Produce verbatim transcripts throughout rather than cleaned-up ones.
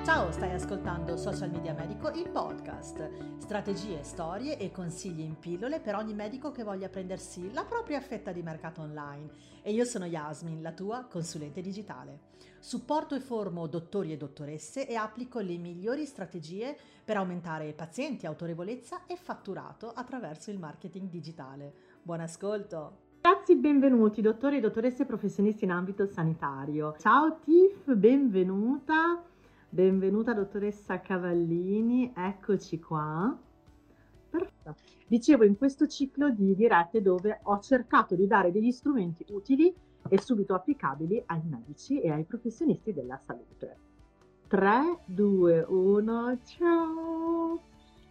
Ciao, stai ascoltando Social Media Medico, il podcast. Strategie, storie e consigli in pillole per ogni medico che voglia prendersi la propria fetta di mercato online. E io sono Yasmin, la tua consulente digitale. Supporto e formo dottori e dottoresse e applico le migliori strategie per aumentare pazienti, autorevolezza e fatturato attraverso il marketing digitale. Buon ascolto! Ragazzi, benvenuti, dottori e dottoresse professionisti in ambito sanitario. Ciao Tiff, benvenuta. Benvenuta dottoressa Cavallini, eccoci qua. Perfetto. Dicevo, in questo ciclo di dirette dove ho cercato di dare degli strumenti utili e subito applicabili ai medici e ai professionisti della salute. tre, due, uno, ciao!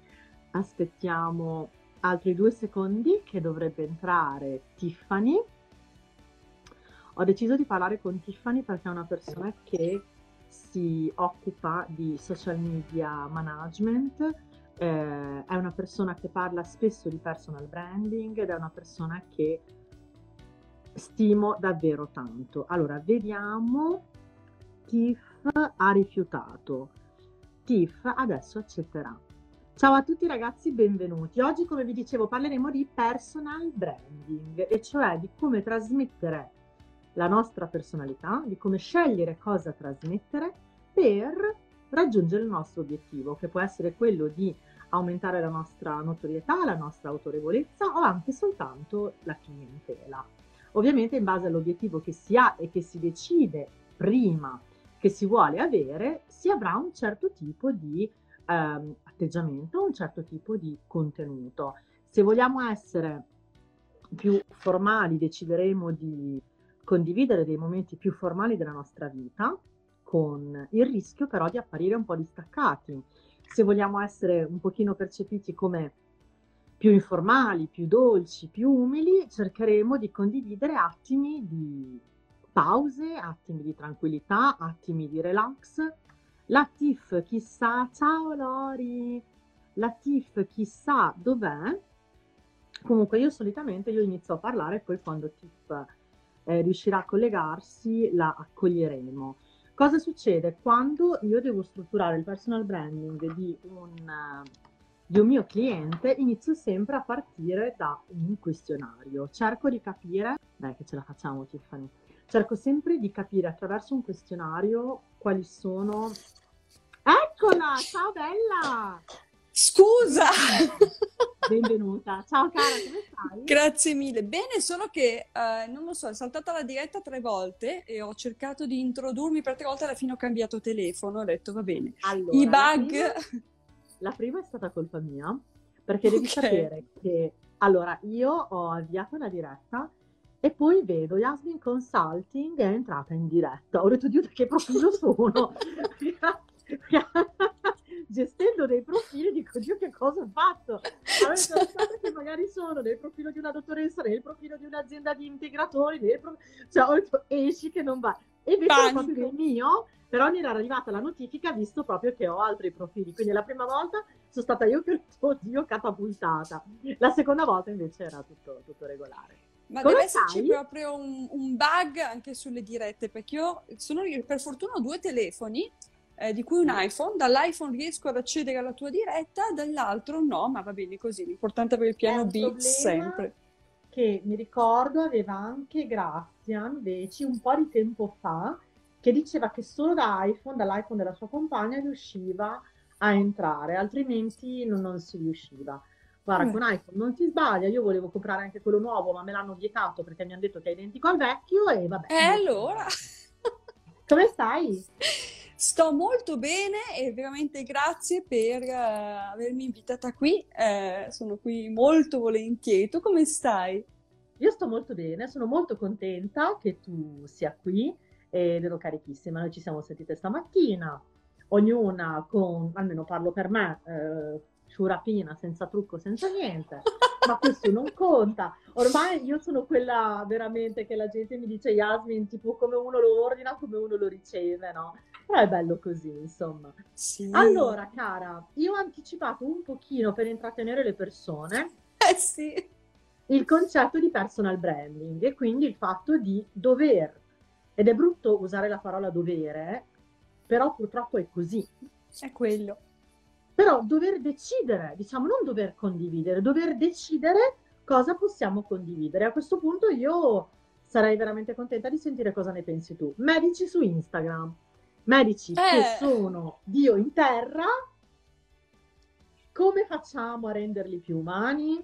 Aspettiamo altri due secondi che dovrebbe entrare Tiffany. Ho deciso di parlare con Tiffany perché è una persona che si occupa di social media management, eh, è una persona che parla spesso di personal branding ed è una persona che stimo davvero tanto. Allora, vediamo. Tiff ha rifiutato. Tiff adesso accetterà. Ciao a tutti ragazzi, benvenuti. Oggi, come vi dicevo, parleremo di personal branding, e cioè di come trasmettere la nostra personalità, di come scegliere cosa trasmettere per raggiungere il nostro obiettivo, che può essere quello di aumentare la nostra notorietà, la nostra autorevolezza o anche soltanto la clientela. Ovviamente in base all'obiettivo che si ha e che si decide prima che si vuole avere, si avrà un certo tipo di ehm, atteggiamento, un certo tipo di contenuto. Se vogliamo essere più formali, decideremo di condividere dei momenti più formali della nostra vita, con il rischio però di apparire un po' distaccati. Se vogliamo essere un pochino percepiti come più informali, più dolci, più umili, cercheremo di condividere attimi di pause, attimi di tranquillità, attimi di relax. La Tiff chissà, ciao Lori, la Tiff chissà dov'è. Comunque io solitamente io inizio a parlare e poi quando Tiff eh, riuscirà a collegarsi la accoglieremo. Cosa succede? Quando io devo strutturare il personal branding di un, uh, di un mio cliente, inizio sempre a partire da un questionario. Cerco di capire, dai che ce la facciamo Tiffany, cerco sempre di capire attraverso un questionario quali sono... Eccola! Ciao bella! Scusa! Benvenuta, ciao cara, come stai? Grazie mille. Bene, solo che eh, non lo so, è saltata la diretta tre volte e ho cercato di introdurmi per tre volte, alla fine ho cambiato telefono, ho detto va bene. Allora, I la bug... prima, la prima è stata colpa mia, perché devi Ok. sapere che, allora, io ho avviato la diretta e poi vedo Yasmin Consulting è entrata in diretta. Ho detto, Dio, da che profilo sono? Gestendo dei profili, dico, Dio, che cosa ho fatto? Allora, pensate che magari sono nel profilo di una dottoressa, nel profilo di un'azienda di integratori, nel pro... cioè ho detto, esci che non va. E invece era proprio Panico. il mio, però mi era arrivata la notifica visto proprio che ho altri profili. Quindi la prima volta sono stata io che ho detto, oddio, catapultata. La seconda volta invece era tutto, tutto regolare. Ma Come deve esserci stai? proprio un, un bug anche sulle dirette, perché io sono per fortuna ho due telefoni, eh, di cui un iPhone. Dall'iPhone riesco ad accedere alla tua diretta, dall'altro no, ma va bene così. L'importante è avere il È piano un B problema sempre. che mi ricordo aveva anche Grazia invece un po' di tempo fa, che diceva che solo da iPhone, dall'iPhone della sua compagna riusciva a entrare, altrimenti non, non si riusciva. Guarda, Vabbè. con iPhone non si sbaglia, io volevo comprare anche quello nuovo, ma me l'hanno vietato perché mi hanno detto che è identico al vecchio e vabbè, E io allora? come stai? Sto molto bene e veramente grazie per eh, avermi invitata qui. Eh, sono qui molto volentieri. Tu come stai? Io sto molto bene, sono molto contenta che tu sia qui ed ero carichissima. Noi ci siamo sentite stamattina, ognuna con, almeno parlo per me, eh, sciurapina, senza trucco, senza niente, ma questo non conta. Ormai io sono quella veramente che la gente mi dice Yasmin, tipo come uno lo ordina, come uno lo riceve, no? Però è bello così, insomma. Sì, Allora, cara, io ho anticipato un pochino per intrattenere le persone eh sì. il concetto di personal branding e quindi il fatto di dover, ed è brutto usare la parola dovere, però purtroppo è così, è quello. Però dover decidere, diciamo, non dover condividere, dover decidere cosa possiamo condividere. A questo punto io sarei veramente contenta di sentire cosa ne pensi tu. Medici su Instagram, medici che Eh, sono Dio in terra, come facciamo a renderli più umani?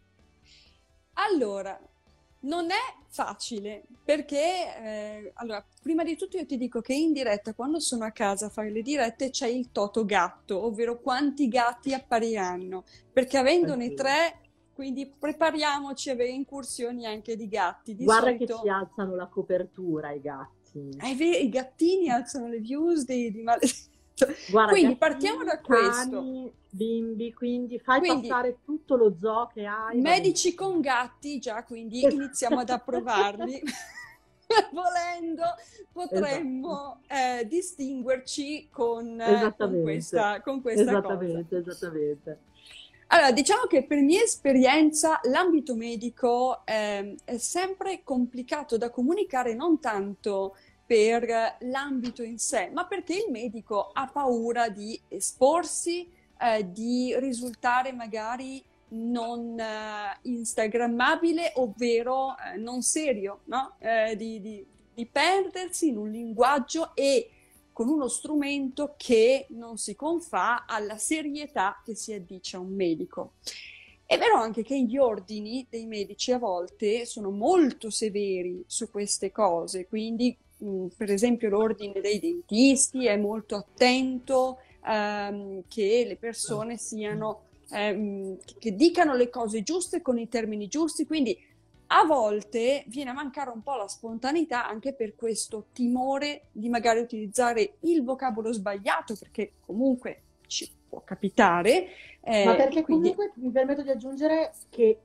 allora, non è facile perché, eh, allora, prima di tutto io ti dico che in diretta, quando sono a casa a fare le dirette, c'è il toto gatto, ovvero quanti gatti appariranno, perché Eh avendone sì. tre, quindi prepariamoci a avere incursioni anche di gatti. Di Guarda che ci solito, alzano la copertura i gatti. è vero, i gattini alzano le views di, di maledetto. Guarda, Quindi partiamo gattini, da questo. cani, bimbi, quindi fai Quindi passare tutto lo zoo che hai, va medici con benissimo. gatti, già, quindi iniziamo ad Esatto. approvarli. Volendo, Esatto. potremmo eh, distinguerci con, eh, con Esattamente, questa, con questa cosa. esattamente, esattamente. Allora, diciamo che per mia esperienza l'ambito medico ehm, è sempre complicato da comunicare, non tanto per l'ambito in sé, ma perché il medico ha paura di esporsi, eh, di risultare magari non eh, instagrammabile, ovvero eh, non serio, no? Eh, di, di- di perdersi in un linguaggio e con uno strumento che non si confà alla serietà che si addice a un medico. È vero anche che gli ordini dei medici a volte sono molto severi su queste cose, quindi mh, per esempio l'ordine dei dentisti è molto attento ehm, che le persone siano, ehm, che, che dicano le cose giuste con i termini giusti, quindi a volte viene a mancare un po' la spontaneità anche per questo timore di magari utilizzare il vocabolo sbagliato, perché comunque ci può capitare, Ma eh, e perché quindi comunque mi permetto di aggiungere che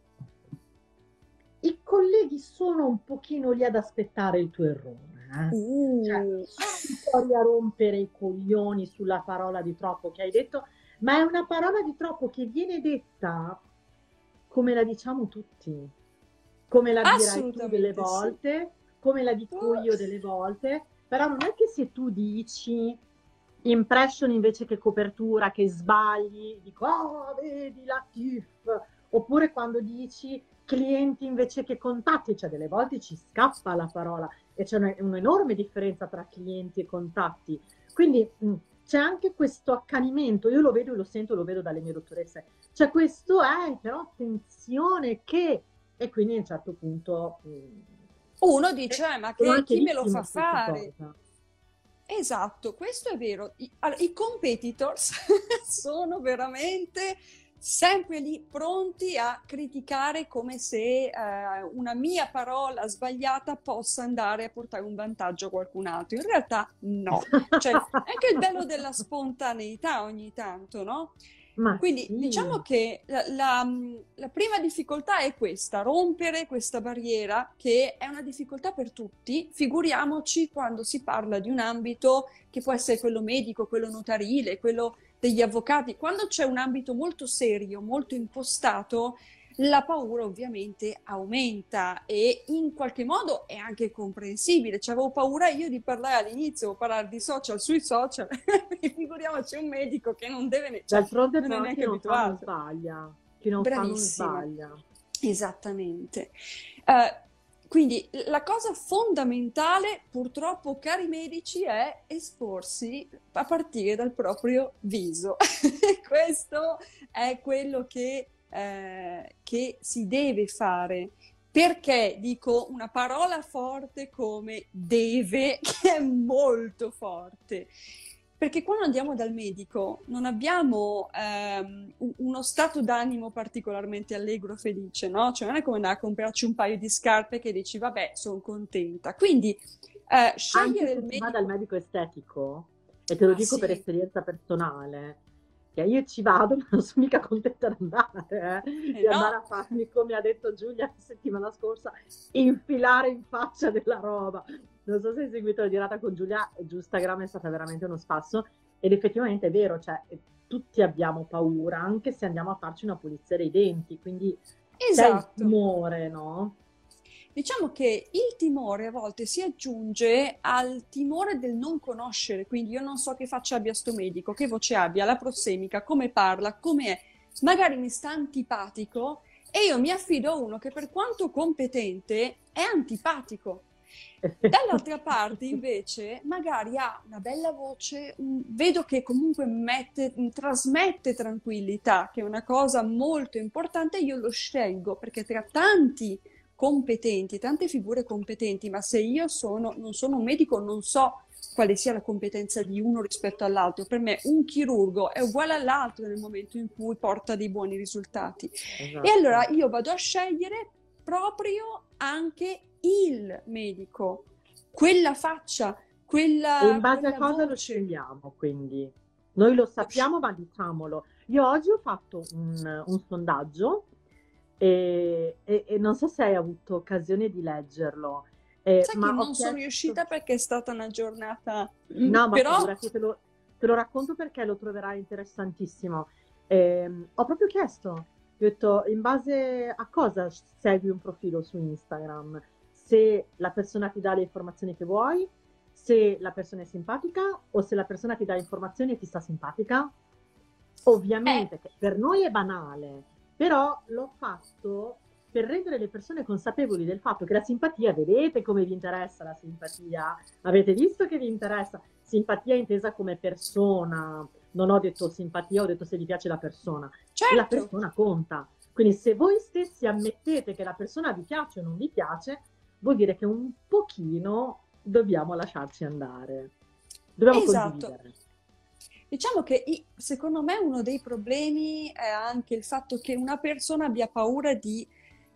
i colleghi sono un pochino lì ad aspettare il tuo errore, eh. Cioè, uh, sono un po' lì a rompere i coglioni sulla parola di troppo che hai detto, ma è una parola di troppo che viene detta come la diciamo tutti, come la dirai tu delle assolutamente sì. volte, come la dico Uh, io delle volte, però non è che se tu dici impression invece che copertura, che sbagli, dico, oh, vedi la T I F, oppure quando dici clienti invece che contatti, cioè delle volte ci scappa la parola e c'è un'enorme differenza tra clienti e contatti. Quindi mh, c'è anche questo accanimento, io lo vedo e lo sento, lo vedo dalle mie dottoresse, c'è questo, eh, però attenzione che, e quindi a un certo punto mh, uno dice, eh, ma sono che, anche chi me lo fa vittima di questa fare? cosa. Esatto, questo è vero. I, allora, i competitors sono veramente sempre lì pronti a criticare come se eh, una mia parola sbagliata possa andare a portare un vantaggio a qualcun altro. In realtà no. Cioè, è anche il bello della spontaneità ogni tanto, no? Ma Quindi diciamo sì, che la, la- la prima difficoltà è questa, rompere questa barriera che è una difficoltà per tutti, figuriamoci quando si parla di un ambito che può essere quello medico, quello notarile, quello degli avvocati, quando c'è un ambito molto serio, molto impostato, la paura ovviamente aumenta e in qualche modo è anche comprensibile. Cioè, avevo paura io di parlare all'inizio, o parlare di social sui social, figuriamoci un medico che non deve, ne- cioè, d'altronde non è però chi neanche non fa non abituato. sbaglia, chi non fa non Bravissima, sbaglia. esattamente. Eh, quindi la cosa fondamentale, purtroppo, cari medici, è esporsi a partire dal proprio viso. Questo è quello che, eh, che si deve fare. Perché dico una parola forte come deve, che è molto forte? Perché quando andiamo dal medico non abbiamo ehm, un- uno stato d'animo particolarmente allegro, felice, no? Cioè non è come andare a comprarci un paio di scarpe che dici, vabbè, sono contenta. Quindi eh, Anche scegliere il se si va dal medico. medico estetico, e te lo Ah dico per sì, esperienza personale, che io ci vado, ma non sono mica contenta di andare, eh, eh di andare no, a farmi, come ha detto Giulia la settimana scorsa, infilare in faccia della roba. Non so se hai seguito la dirata con Giulia, Giustagram è stata veramente uno spasso, ed effettivamente è vero, cioè tutti abbiamo paura, anche se andiamo a farci una pulizia dei denti, quindi c'è il esatto. timore, no? Diciamo che il timore a volte si aggiunge al timore del non conoscere, quindi io non so che faccia abbia sto medico, che voce abbia, la prossemica, come parla, come è. Magari mi sta antipatico e io mi affido a uno che per quanto competente è antipatico. Dall'altra parte, invece, magari ha una bella voce, un- vedo che comunque mette- trasmette tranquillità, che è una cosa molto importante, io lo scelgo perché tra tanti competenti, tante figure competenti, ma se io sono, non sono un medico, non so quale sia la competenza di uno rispetto all'altro. Per me un chirurgo è uguale all'altro nel momento in cui porta dei buoni risultati. E allora Esatto. io vado a scegliere proprio anche il medico, quella faccia, E in quella, base a quella cosa lo voce. scegliamo, quindi? Noi lo Lo sci- sappiamo, ma diciamolo. Io oggi ho fatto un, un sondaggio e, e- e non so se hai avuto occasione di leggerlo, eh, Sai che ma ho non sono chiesto... riuscita perché è stata una giornata, mm, No, ma però figurati, te lo, te lo racconto perché lo troverai interessantissimo. Ehm, ho proprio chiesto, ho detto, in base a cosa segui un profilo su Instagram? Se la persona ti dà le informazioni che vuoi, se la persona è simpatica o se la persona ti dà informazioni e ti sta simpatica? è Ovviamente, che per noi è banale, però l'ho fatto per rendere le persone consapevoli del fatto che la simpatia, vedete come vi interessa la simpatia? Avete visto che vi interessa? Simpatia intesa come persona, non ho detto simpatia, ho detto se vi piace la persona. La certo. persona conta. Quindi se voi stessi ammettete che la persona vi piace o non vi piace, vuol dire che un pochino dobbiamo lasciarci andare. Dobbiamo Esatto. condividere. Diciamo che i- secondo me uno dei problemi è anche il fatto che una persona abbia paura di...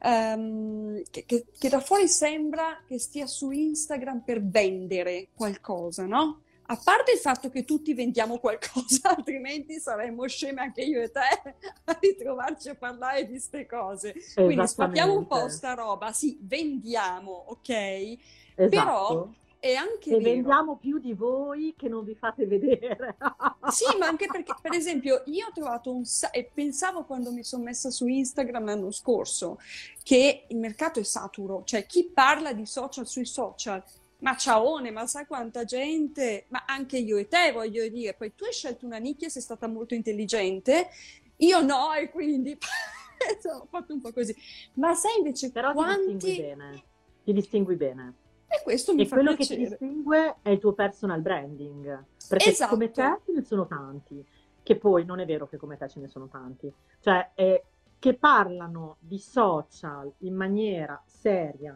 ehm, che, che- che da fuori sembra che stia su Instagram per vendere qualcosa, no? A parte il fatto che tutti vendiamo qualcosa, altrimenti saremmo sceme anche io e te a ritrovarci a parlare di ste cose. Quindi sfatiamo un po' Esattamente. sta roba, sì, vendiamo, ok? Però Esatto. è anche E vero. vendiamo più di voi che non vi fate vedere. Sì, ma anche perché, per esempio, io ho trovato un sa- e pensavo quando mi sono messa su Instagram l'anno scorso che il mercato è saturo, cioè chi parla di social sui social, ma ciaone, ma sai quanta gente, ma anche io e te voglio dire, poi tu hai scelto una nicchia, sei stata molto intelligente, io no, e quindi ho fatto un po' così. Ma sai invece Però ti distingui quanti... bene. Ti distingui bene. E questo mi E fa quello che ti piacere. distingue è il tuo personal branding. Perché come Esatto. te ce ne sono tanti. Che poi non è vero che come te ce ne sono tanti. Cioè, eh, che parlano di social in maniera seria,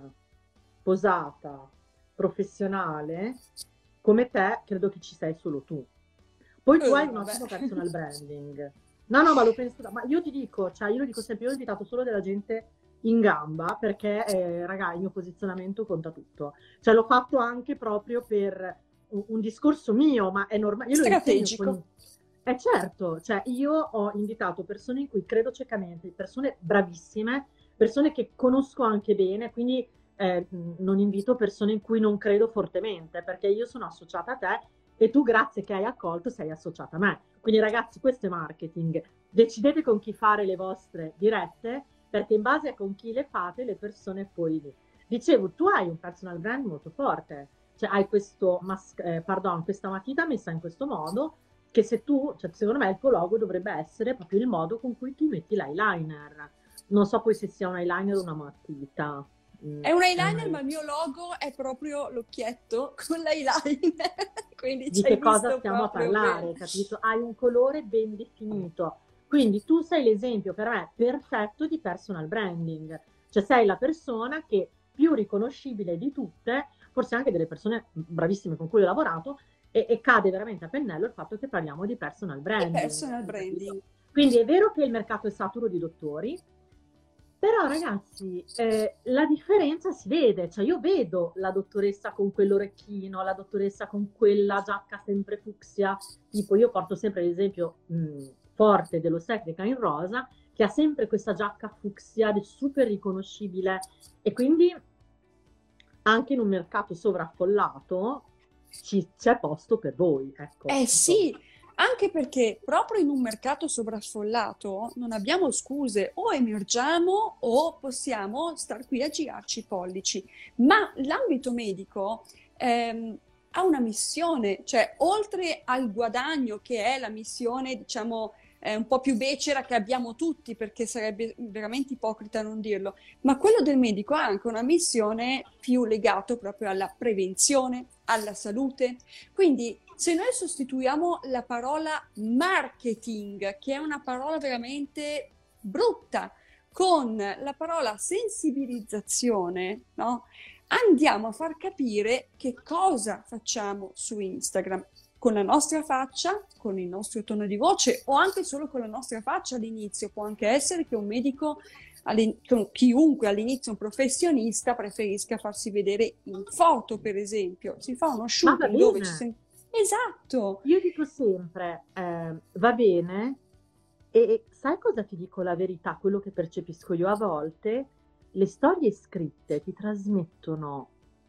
posata, professionale, come te, credo che ci sei solo tu. Poi tu Eh, hai un vabbè. ottimo personal branding. No, no, ma lo penso, da- ma io ti dico, cioè io lo dico sempre, io ho invitato solo della gente in gamba perché, eh, raga, il mio posizionamento conta tutto. Cioè l'ho fatto anche proprio per un, un discorso mio, ma è normale, io lo insegno con... Strategico. Eh certo, cioè io ho invitato persone in cui credo ciecamente, persone bravissime, persone che conosco anche bene, quindi eh, non invito persone in cui non credo fortemente, perché io sono associata a te e tu, grazie che hai accolto, sei associata a me. Quindi ragazzi, questo è marketing. Decidete con chi fare le vostre dirette, perché in base a con chi le fate, le persone poi... Dicevo, tu hai un personal brand molto forte, cioè hai questo, mas- eh, pardon, questa matita messa in questo modo, che se tu, cioè secondo me il tuo logo dovrebbe essere proprio il modo con cui tu metti l'eyeliner. Non so poi se sia un eyeliner o una matita. Mm, È un è un eyeliner, ma eyeliner. il mio logo è proprio l'occhietto con l'eyeliner, quindi Di ci hai che cosa visto stiamo a proprio bene. parlare, capito? Hai un colore ben definito. Quindi tu sei l'esempio per me perfetto di personal branding. Cioè sei la persona che più riconoscibile di tutte, forse anche delle persone bravissime con cui ho lavorato, e, e cade veramente a pennello il fatto che parliamo di personal E branding, personal hai capito? branding. Quindi è vero che il mercato è saturo di dottori, però ragazzi, eh, la differenza si vede, cioè io vedo la dottoressa con quell'orecchino, la dottoressa con quella giacca sempre fucsia, tipo io porto sempre l'esempio mh, forte dell'ostetrica in rosa, che ha sempre questa giacca fucsia ed è super riconoscibile e quindi anche in un mercato sovraffollato ci, c'è posto per voi, ecco. Eh Insomma. sì, Anche perché proprio in un mercato sovraffollato non abbiamo scuse, o emergiamo o possiamo star qui a girarci i pollici. Ma l'ambito medico ehm, ha una missione, cioè oltre al guadagno che è la missione, diciamo, eh, un po' più becera che abbiamo tutti, perché sarebbe veramente ipocrita non dirlo, ma quello del medico ha anche una missione più legata proprio alla prevenzione, alla salute. Quindi se noi sostituiamo la parola marketing, che è una parola veramente brutta, con la parola sensibilizzazione, no? Andiamo a far capire che cosa facciamo su Instagram con la nostra faccia, con il nostro tono di voce o anche solo con la nostra faccia all'inizio. Può anche essere che un medico, chiunque all'inizio, un professionista, preferisca farsi vedere in foto, per esempio. Si fa uno Ma va shooting dove ci bene. sentiamo. Esatto, Io dico sempre, eh, va bene, e e sai cosa ti dico la verità? Quello che percepisco io a volte, le storie scritte ti trasmettono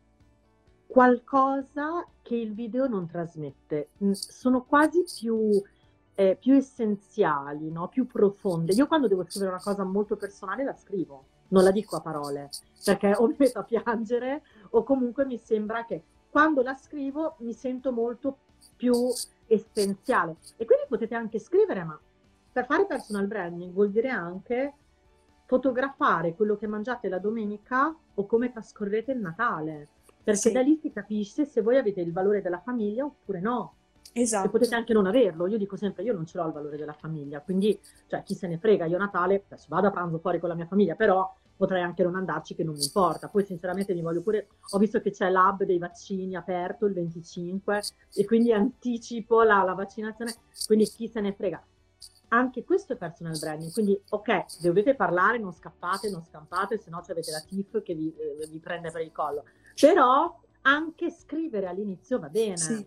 qualcosa che il video non trasmette. Mm, Sono quasi più, eh, più essenziali, no? Più profonde. Io quando devo scrivere una cosa molto personale la scrivo, non la dico a parole, perché o mi metto a piangere o comunque mi sembra che quando la scrivo mi sento molto più essenziale. E quindi potete anche scrivere, ma per fare personal branding vuol dire anche fotografare quello che mangiate la domenica o come trascorrete il Natale, perché da sì, lì si capisce se voi avete il valore della famiglia oppure no. E potete esatto. anche non averlo. Io dico sempre, io non ce l'ho il valore della famiglia, quindi, cioè, chi se ne frega, io a Natale, adesso vado a pranzo fuori con la mia famiglia, però potrei anche non andarci che non mi importa. Poi sinceramente mi voglio pure, ho visto che c'è l'hub dei vaccini aperto il venticinque e quindi anticipo la, la vaccinazione, quindi chi se ne frega. Anche questo è personal branding, quindi ok, dovete parlare, non scappate, non scampate, se no avete la T I F che vi, eh, vi prende per il collo. Però anche scrivere all'inizio va bene. Sì,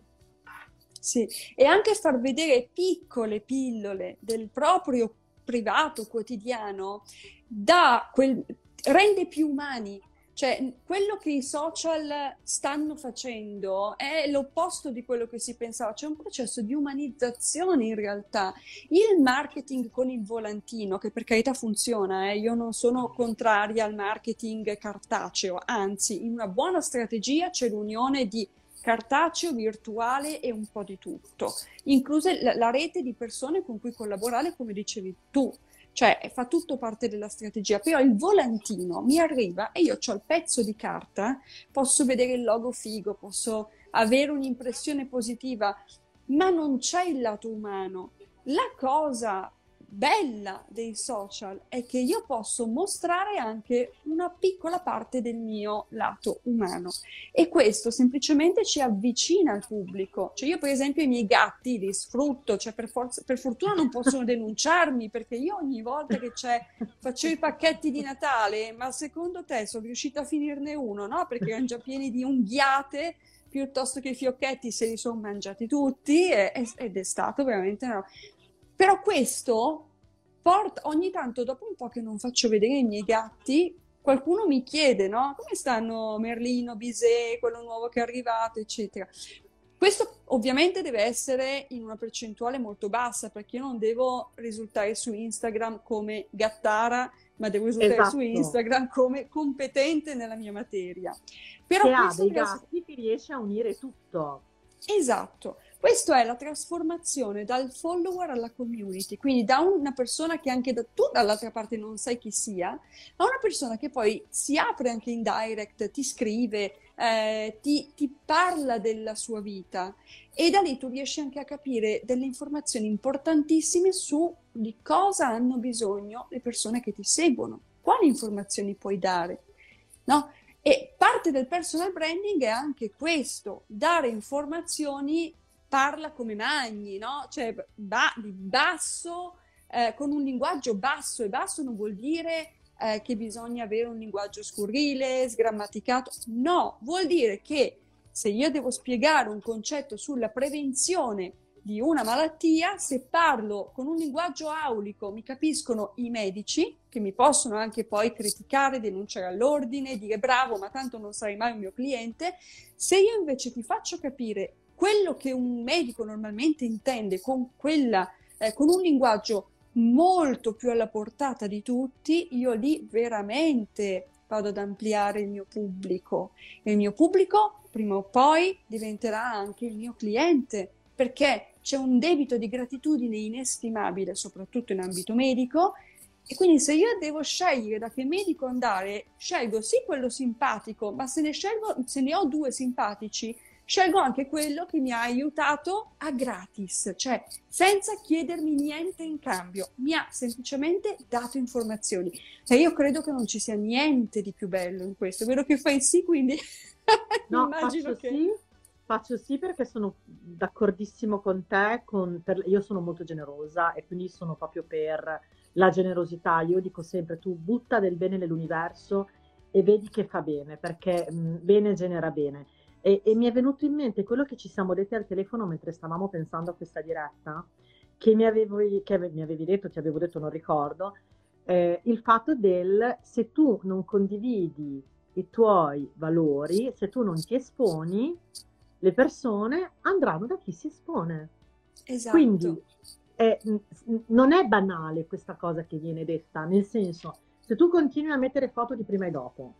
sì. E anche far vedere piccole pillole del proprio privato quotidiano da quel, rende più umani. Cioè, quello che i social stanno facendo è l'opposto di quello che si pensava. C'è un processo di umanizzazione in realtà. Il marketing con il volantino, che per carità funziona, eh, io non sono contraria al marketing cartaceo, anzi, in una buona strategia c'è l'unione di cartaceo, virtuale e un po' di tutto, incluse la, la rete di persone con cui collaborare, come dicevi tu. Cioè fa tutto parte della strategia, però il volantino mi arriva e io ho il pezzo di carta, posso vedere il logo figo, posso avere un'impressione positiva, ma non c'è il lato umano. La cosa bella dei social è che io posso mostrare anche una piccola parte del mio lato umano e questo semplicemente ci avvicina al pubblico. Cioè io per esempio i miei gatti li sfrutto, cioè per, forza, per fortuna non possono denunciarmi perché io ogni volta che c'è faccio i pacchetti di Natale, ma secondo te sono riuscita a finirne uno, no? Perché erano già pieni di unghiate piuttosto che i fiocchetti se li sono mangiati tutti e, ed è stato veramente no. Però questo porta ogni tanto, dopo un po' che non faccio vedere i miei gatti, qualcuno mi chiede, no? Come stanno Merlino, Bisè, quello nuovo che è arrivato, eccetera. Questo ovviamente deve essere in una percentuale molto bassa, perché io non devo risultare su Instagram come gattara, ma devo risultare su Esatto. Instagram come competente nella mia materia. Però Se ha questo dei deve essere... gatti ti riesce a unire tutto. Esatto, questo è la trasformazione dal follower alla community, quindi da una persona che anche da, tu dall'altra parte non sai chi sia, a una persona che poi si apre anche in direct, ti scrive, eh, ti, ti parla della sua vita e da lì tu riesci anche a capire delle informazioni importantissime su di cosa hanno bisogno le persone che ti seguono, quali informazioni puoi dare, no? E parte del personal branding è anche questo, dare informazioni, parla come Magni, no? Cioè ba- di basso, eh, con un linguaggio basso, e basso non vuol dire eh, che bisogna avere un linguaggio scurrile, sgrammaticato, no, vuol dire che se io devo spiegare un concetto sulla prevenzione di una malattia, se parlo con un linguaggio aulico mi capiscono i medici, che mi possono anche poi criticare, denunciare all'ordine, dire bravo, ma tanto non sarai mai un mio cliente. Se io invece ti faccio capire quello che un medico normalmente intende con quella, eh, con un linguaggio molto più alla portata di tutti, io lì veramente vado ad ampliare il mio pubblico. E il mio pubblico prima o poi diventerà anche il mio cliente, perché c'è un debito di gratitudine inestimabile, soprattutto in ambito medico, e quindi se io devo scegliere da che medico andare, scelgo sì quello simpatico, ma se ne scelgo, se ne ho due simpatici, scelgo anche quello che mi ha aiutato a gratis, cioè senza chiedermi niente in cambio, mi ha semplicemente dato informazioni. E io credo che non ci sia niente di più bello in questo. Vedo che fai sì, quindi No, immagino faccio che... sì, faccio sì perché sono d'accordissimo con te, con- per- io sono molto generosa e quindi sono proprio per la generosità. Io dico sempre, tu butta del bene nell'universo e vedi che fa bene, perché mh, bene genera bene. E, e mi è venuto in mente quello che ci siamo detti al telefono mentre stavamo pensando a questa diretta, che mi avevi, che ave- mi avevi detto, ti avevo detto, non ricordo, eh, il fatto del se tu non condividi i tuoi valori, se tu non ti esponi, le persone andranno da chi si espone. Esatto. Quindi è- n- non è banale questa cosa che viene detta, nel senso, se tu continui a mettere foto di prima e dopo,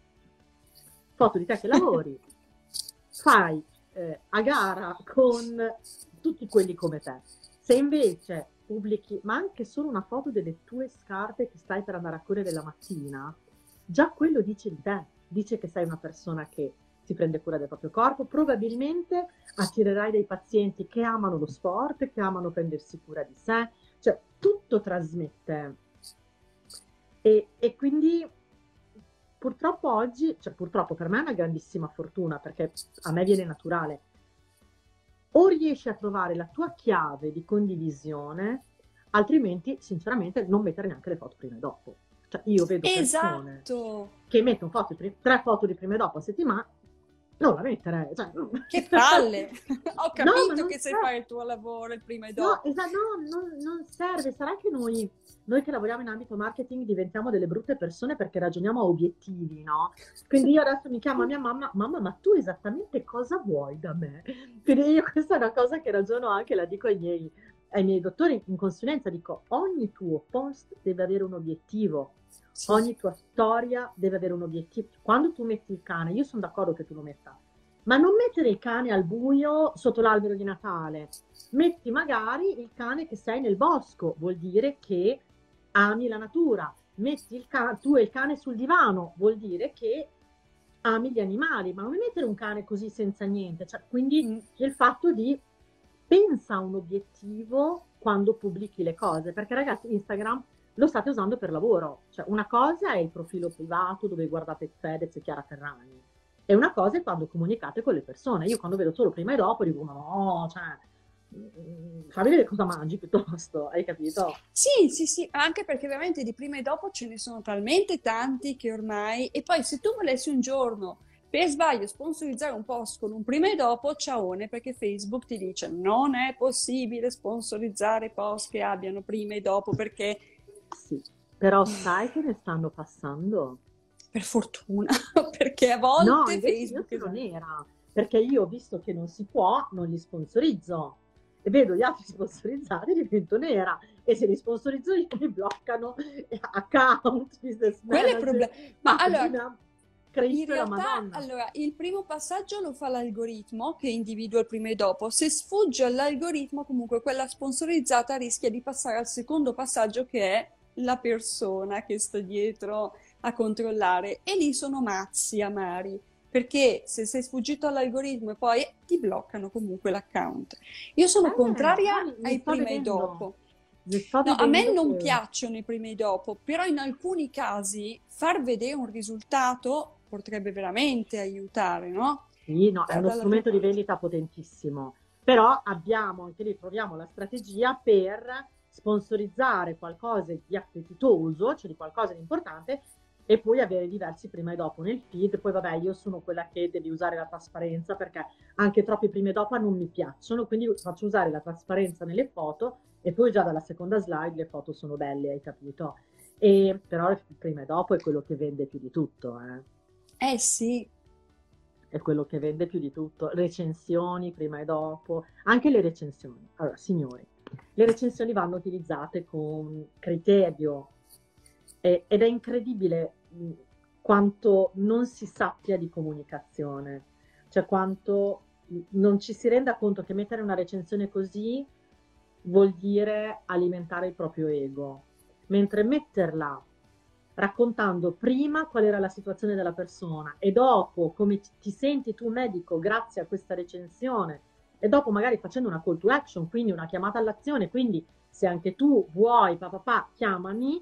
foto di te che lavori, fai eh, a gara con tutti quelli come te. Se invece pubblichi, ma anche solo una foto delle tue scarpe che stai per andare a correre la mattina, già quello dice di te, dice che sei una persona che si prende cura del proprio corpo, probabilmente attirerai dei pazienti che amano lo sport, che amano prendersi cura di sé, cioè tutto trasmette. E, e quindi purtroppo oggi, cioè purtroppo per me è una grandissima fortuna perché a me viene naturale. O riesci a trovare la tua chiave di condivisione, altrimenti sinceramente non mettere neanche le foto prima e dopo. Cioè io vedo persone Esatto. che mettono foto di pri- tre foto di prima e dopo a settimana, non la metterei. Cioè, no. Che palle! Ho No, ma capito non che sai serve. fare il tuo lavoro il prima e No, dopo. esa- no, non, non serve. Sarà che noi, noi che lavoriamo in ambito marketing diventiamo delle brutte persone perché ragioniamo a obiettivi, no? Quindi io adesso mi chiamo mia mamma, mamma, ma tu esattamente cosa vuoi da me? Quindi io questa è una cosa che ragiono anche, la dico ai miei, ai miei dottori in consulenza, dico ogni tuo post deve avere un obiettivo, Sì. ogni tua storia deve avere un obiettivo. Quando tu metti il cane, io sono d'accordo che tu lo metta, ma non mettere il cane al buio sotto l'albero di Natale. Metti magari il cane che sei nel bosco, vuol dire che ami la natura. Metti il cane, tu e il cane sul divano, vuol dire che ami gli animali, ma non mettere un cane così senza niente. Cioè, quindi Mm. il fatto di pensa a un obiettivo quando pubblichi le cose, perché ragazzi Instagram lo state usando per lavoro. Cioè, una cosa è il profilo privato dove guardate Fedez e Chiara Ferragni, e una cosa è quando comunicate con le persone. Io quando vedo solo prima e dopo dico, ma no, cioè, mm, fammi vedere cosa mangi piuttosto, hai capito? Sì, sì, sì, anche perché veramente di prima e dopo ce ne sono talmente tanti che ormai... E poi se tu volessi un giorno per sbaglio sponsorizzare un post con un prima e dopo, ciaone, perché Facebook ti dice non è possibile sponsorizzare post che abbiano prima e dopo perché Sì, però sai che ne stanno passando? per fortuna, perché a No, volte invece io Facebook, sono esatto. nera, perché io, visto che non si può, non li sponsorizzo. E vedo gli altri sponsorizzati e divento nera. E se li sponsorizzo io mi bloccano account, business Quello è il manager, problema. Ma allora, pagina, in Cristo e la realtà, Madonna. allora, il primo passaggio lo fa l'algoritmo che individua il prima e dopo. Se sfugge all'algoritmo, comunque quella sponsorizzata rischia di passare al secondo passaggio che è la persona che sta dietro a controllare. E lì sono mazzi amari, perché se sei sfuggito all'algoritmo e poi ti bloccano comunque l'account. Io sono Eh, no, contraria li, li ai sto prima e vedendo. dopo. Li sto No, a me vedendo non che... piacciono i primi e dopo, però in alcuni casi far vedere un risultato potrebbe veramente aiutare, no? Sì, no, è Da- uno dalla per- strumento di vendita potentissimo, però abbiamo, anche lì troviamo la strategia per sponsorizzare qualcosa di appetitoso, cioè di qualcosa di importante, e poi avere diversi prima e dopo nel feed. Poi vabbè, io sono quella che devi usare la trasparenza perché anche troppi prima e dopo non mi piacciono, quindi faccio usare la trasparenza nelle foto e poi già dalla seconda slide le foto sono belle, hai capito? E, però il prima e dopo è quello che vende più di tutto, eh. Eh sì, è quello che vende più di tutto, recensioni prima e dopo, anche le recensioni. Allora, signori, le recensioni vanno utilizzate con criterio e- ed è incredibile mh, quanto non si sappia di comunicazione, cioè quanto mh, non ci si renda conto che mettere una recensione così vuol dire alimentare il proprio ego, mentre metterla raccontando prima qual era la situazione della persona e dopo come ti ti senti tu medico grazie a questa recensione e dopo magari facendo una call to action, quindi una chiamata all'azione, quindi se anche tu vuoi, papà, papà, chiamami,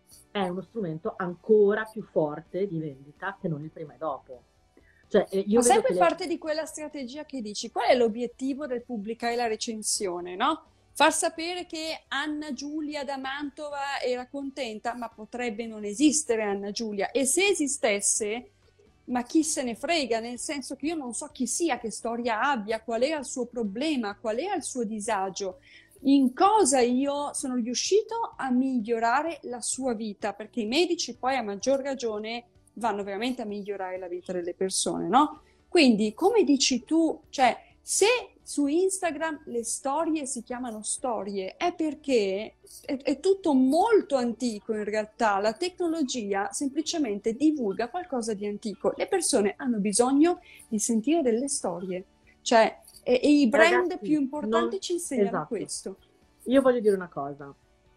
è uno strumento ancora più forte di vendita che non il prima e dopo. Cioè, eh, io Fa vedo che sempre le... parte di quella strategia che dici, qual è l'obiettivo del pubblicare la recensione, no? Far sapere che Anna Giulia da Mantova era contenta, ma potrebbe non esistere Anna Giulia. E se esistesse, ma chi se ne frega, nel senso che io non so chi sia, che storia abbia, qual era il suo problema, qual era il suo disagio, in cosa io sono riuscito a migliorare la sua vita, perché i medici poi a maggior ragione vanno veramente a migliorare la vita delle persone, no? Quindi, come dici tu, cioè, se su Instagram le storie si chiamano storie, è perché è, è tutto molto antico in realtà. La tecnologia semplicemente divulga qualcosa di antico. Le persone hanno bisogno di sentire delle storie, cioè, e, e i brand più Ragazzi, importanti non... ci insegnano Esatto. questo. Io voglio dire una cosa.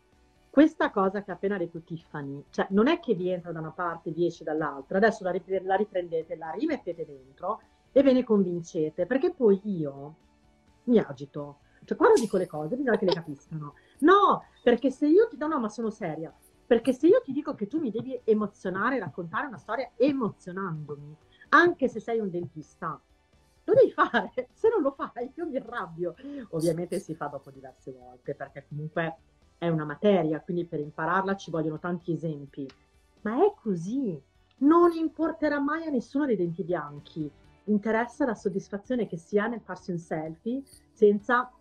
Questa cosa che ha appena detto Tiffany, cioè non è che vi entra da una parte e vi esce dall'altra, adesso la, ripre- la riprendete, la rimettete dentro e ve ne convincete, perché poi io mi agito. Cioè quando dico le cose bisogna che le capiscano. No, perché se io ti... No, no, ma sono seria. Perché se io ti dico che tu mi devi emozionare, raccontare una storia emozionandomi, anche se sei un dentista, lo devi fare. Se non lo fai, io mi arrabbio. Ovviamente si fa dopo diverse volte, perché comunque è una materia, quindi per impararla ci vogliono tanti esempi. Ma è così. Non importerà mai a nessuno dei denti bianchi. Interessa la soddisfazione che si ha nel farsi un selfie senza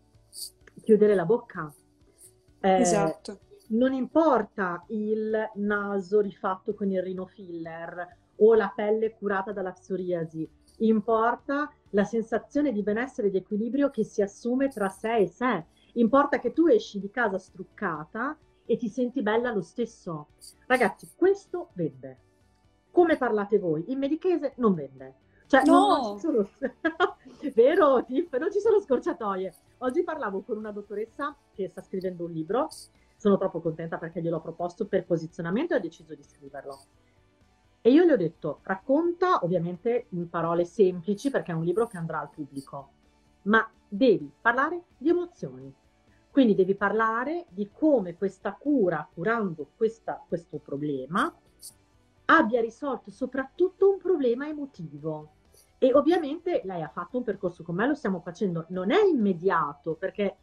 chiudere la bocca. Eh, Esatto. non importa il naso rifatto con il rinofiller o la pelle curata dalla psoriasi, importa la sensazione di benessere e di equilibrio che si assume tra sé e sé. Importa che tu esci di casa struccata e ti senti bella lo stesso. Ragazzi, questo vende. Come parlate voi? In medichese non vende. Cioè, non, non ci No, sono... Vero, Tiff? Non ci sono scorciatoie. Oggi parlavo con una dottoressa che sta scrivendo un libro. Sono troppo contenta perché gliel'ho proposto per posizionamento e ha deciso di scriverlo. E io le ho detto, racconta ovviamente in parole semplici perché è un libro che andrà al pubblico, ma devi parlare di emozioni. Quindi devi parlare di come questa cura, curando questa- questo problema, abbia risolto soprattutto un problema emotivo. E ovviamente lei ha fatto un percorso con me, lo stiamo facendo, non è immediato perché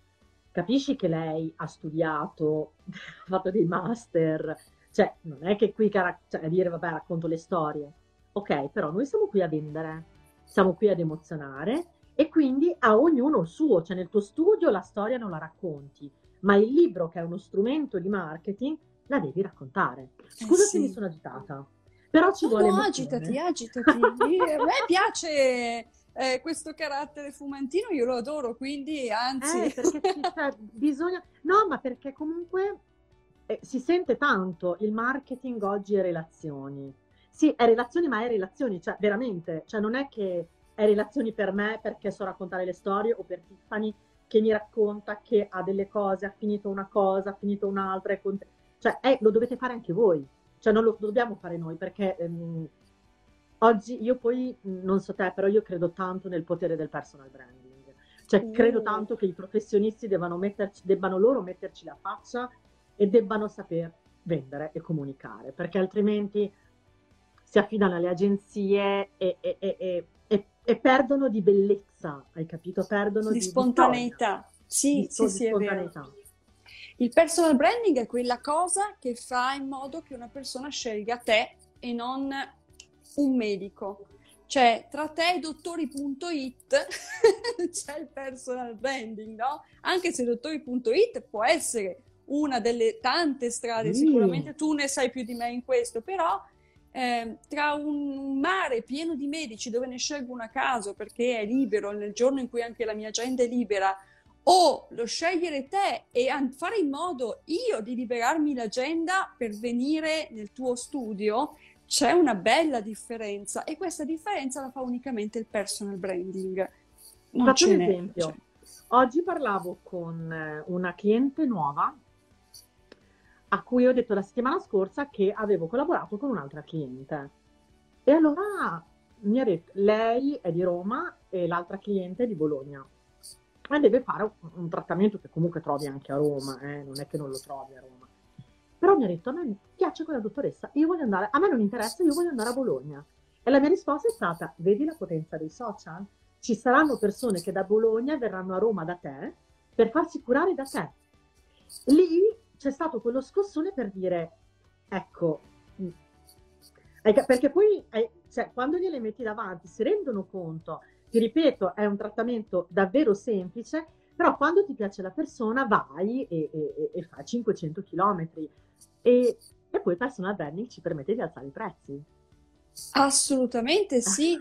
capisci che lei ha studiato, ha fatto dei master, cioè non è che qui cara- cioè, a dire vabbè racconto le storie, ok, però noi siamo qui a vendere, siamo qui ad emozionare e quindi a ognuno il suo, cioè nel tuo studio la storia non la racconti, ma il libro che è uno strumento di marketing la devi raccontare. eh Scusa se mi sì. sono agitata, però ci No, vuole no, agitati, emozione. agitati. Io- A me piace eh, questo carattere fumantino, io lo adoro, quindi anzi, Eh, perché ci, cioè, bisogna... No, ma perché comunque eh, si sente tanto il marketing oggi è relazioni. Sì, è relazioni, ma è relazioni, cioè veramente, cioè non è che è relazioni per me perché so raccontare le storie o per Tiffany che mi racconta che ha delle cose, ha finito una cosa, ha finito un'altra, è cont- cioè è- lo dovete fare anche voi, cioè non lo, lo dobbiamo fare noi perché ehm, oggi io poi mh, non so te, però io credo tanto nel potere del personal branding. Cioè, credo uh, tanto che i professionisti debbano metterci, debbano loro metterci la faccia e debbano saper vendere e comunicare, perché altrimenti si affidano alle agenzie e, e- e- e- e- e perdono di bellezza, hai capito? Perdono di di, di storia, spontaneità. di, Sì, sì, sto- di sì, è vero. spontaneità. Il personal branding è quella cosa che fa in modo che una persona scelga te e non un medico. Cioè, tra te e dottori punto it c'è il personal branding, no? Anche se dottori punto it può essere una delle tante strade, Sì, sicuramente tu ne sai più di me in questo, però eh, tra un mare pieno di medici dove ne scelgo una a caso perché è libero nel giorno in cui anche la mia agenda è libera, o lo scegliere te e an- fare in modo io di liberarmi l'agenda per venire nel tuo studio, c'è una bella differenza e questa differenza la fa unicamente il personal branding. Non Faccio un ce n'è. Cioè. esempio. Oggi parlavo con eh, una cliente nuova a cui ho detto la settimana scorsa che avevo collaborato con un'altra cliente. E allora mi ha detto, lei è di Roma e l'altra cliente è di Bologna. E deve fare un, un trattamento che comunque trovi anche a Roma, eh, non è che non lo trovi a Roma. Però mi ha detto, a me piace quella dottoressa, io voglio andare, a me non interessa, io voglio andare a Bologna. E la mia risposta è stata, vedi la potenza dei social? Ci saranno persone che da Bologna verranno a Roma da te per farsi curare da te. Lì c'è stato quello scossone per dire, ecco, mh, hai ca- perché poi hai- cioè, quando gliele metti davanti si rendono conto, ti ripeto, è un trattamento davvero semplice, però quando ti piace la persona vai e, e- e fai cinquecento chilometri e, e poi il personal branding ci permette di alzare i prezzi. Assolutamente sì,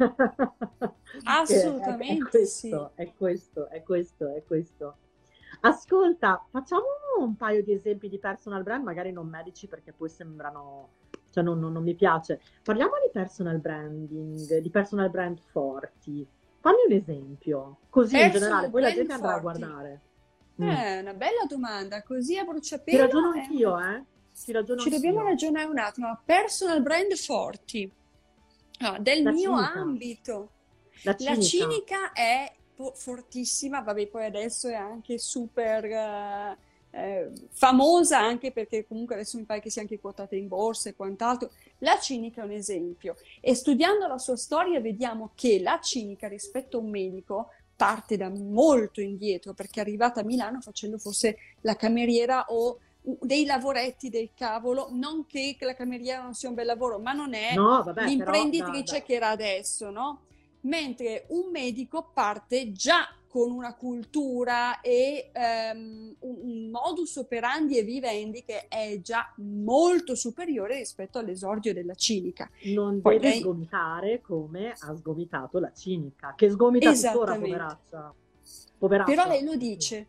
Che È, è assolutamente sì. questo, è questo, è questo, è questo. Ascolta, facciamo un paio di esempi di personal brand, magari non medici perché poi sembrano, cioè non, non- non mi piace. Parliamo di personal branding, di personal brand forti. Fammi un esempio, così in generale, Personal poi la brand gente andrà a forti. guardare. Mm. È una bella domanda, così a Ci ragiono bruciapelo è una... anch'io, eh? Ci ragiono Ci dobbiamo anch'io. ragionare un attimo. Personal brand forti. Ah, del La mio cinica, ambito. la La cinica. cinica è po- fortissima, vabbè, poi adesso è anche super eh, eh, famosa, anche perché comunque adesso mi pare che sia anche quotata in borsa e quant'altro. La cinica è un esempio. E studiando la sua storia vediamo che la cinica rispetto a un medico parte da molto indietro, perché è arrivata a Milano facendo forse la cameriera o u- dei lavoretti del cavolo, non che la cameriera non sia un bel lavoro, ma non è No, vabbè, però da, l'imprenditrice da- che era adesso, no? Mentre un medico parte già con una cultura e ehm, un, un modus operandi e vivendi che è già molto superiore rispetto all'esordio della cinica. non Poi deve lei, sgomitare come ha sgomitato la cinica, che sgomita tuttora, esattamente, poveraccia. però Poveraccia. lei lo dice,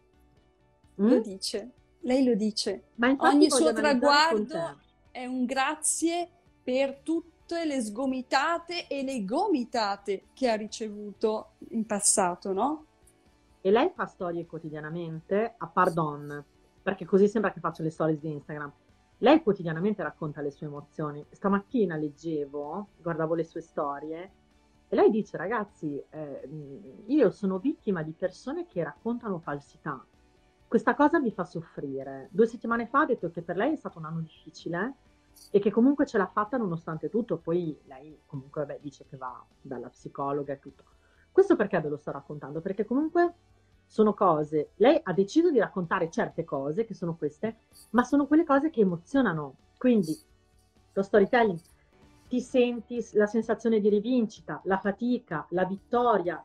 lo Mm? dice, lei lo dice. Ma infatti Ogni voglio suo analizzare con te. traguardo è un grazie per tutte le sgomitate e le gomitate che ha ricevuto in passato, no? E lei fa storie quotidianamente, a pardon, perché così sembra che faccia le stories di Instagram. Lei quotidianamente racconta le sue emozioni. Stamattina leggevo, guardavo le sue storie, e lei dice, ragazzi, eh, io sono vittima di persone che raccontano falsità. Questa cosa mi fa soffrire. Due settimane fa ha detto che per lei è stato un anno difficile e che comunque ce l'ha fatta nonostante tutto. Poi lei comunque vabbè, dice che va dalla psicologa e tutto. Questo perché ve lo sto raccontando? Perché comunque sono cose, lei ha deciso di raccontare certe cose, che sono queste, ma sono quelle cose che emozionano. Quindi lo storytelling, ti senti la sensazione di rivincita, la fatica, la vittoria.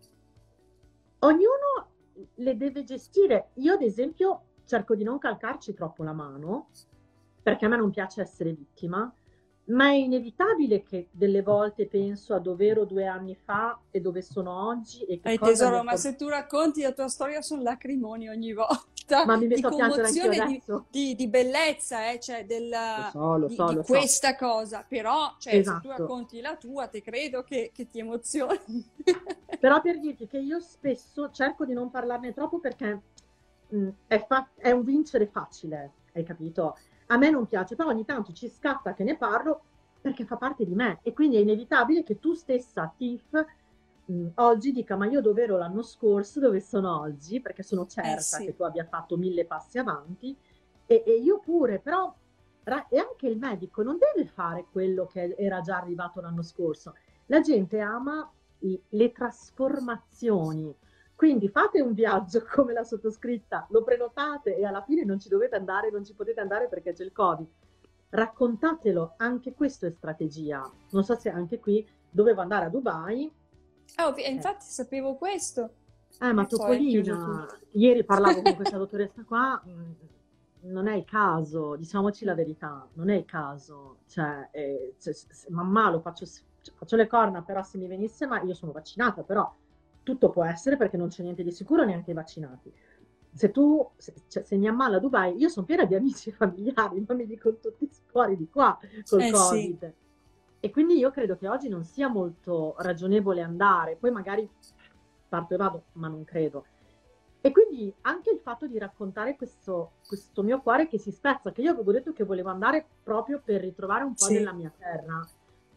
Ognuno le deve gestire. Io, ad esempio, cerco di non calcarci troppo la mano, perché a me non piace essere vittima, ma è inevitabile che delle volte penso a dove ero due anni fa e dove sono oggi e che Eh, cosa mi tesoro, ha ma portato. se tu racconti la tua storia sono lacrimoni ogni volta, Ma mi di metto a piangere anch'io commozione, di, adesso. di- di bellezza, eh, cioè Lo della- so, lo di, so, di lo so. questa cosa. Però, cioè, se tu Esatto. racconti la tua, te credo che, che ti emozioni. Però per dirti che io spesso cerco di non parlarne troppo perché mh, è, fa- è un vincere facile, hai capito? A me non piace, però ogni tanto ci scatta che ne parlo perché fa parte di me e quindi è inevitabile che tu stessa, Tiff, mh, oggi dica ma io dove ero l'anno scorso, dove sono oggi, perché sono Eh certa che sì, tu abbia fatto mille passi avanti e, e io pure, però ra- e anche il medico non deve fare quello che era già arrivato l'anno scorso. La gente ama i- le trasformazioni. Quindi fate un viaggio come la sottoscritta, lo prenotate e alla fine non ci dovete andare, non ci potete andare perché c'è il Covid. Raccontatelo, anche questo è strategia. Non so se anche qui dovevo andare a Dubai, ah, ovvi- e eh, infatti sapevo questo. eh, ma E poi è chiuso Topolina, tutto. ieri parlavo con questa dottoressa qua, mh, non è il caso, diciamoci la verità, non è il caso, cioè, eh, cioè, se- se- man mano faccio, cioè, faccio le corna, però se mi venisse, ma io sono vaccinata, però tutto può essere perché non c'è niente di sicuro neanche ai vaccinati. Se tu, se, cioè, se mi ammalo a Dubai, io sono piena di amici e familiari, ma mi dicono tutti fuori di qua col Eh sì, Covid. E quindi io credo che oggi non sia molto ragionevole andare, poi magari parto e vado, ma non credo. E quindi anche il fatto di raccontare questo, questo mio cuore che si spezza, che io avevo detto che volevo andare proprio per ritrovare un po' della sì, mia terra,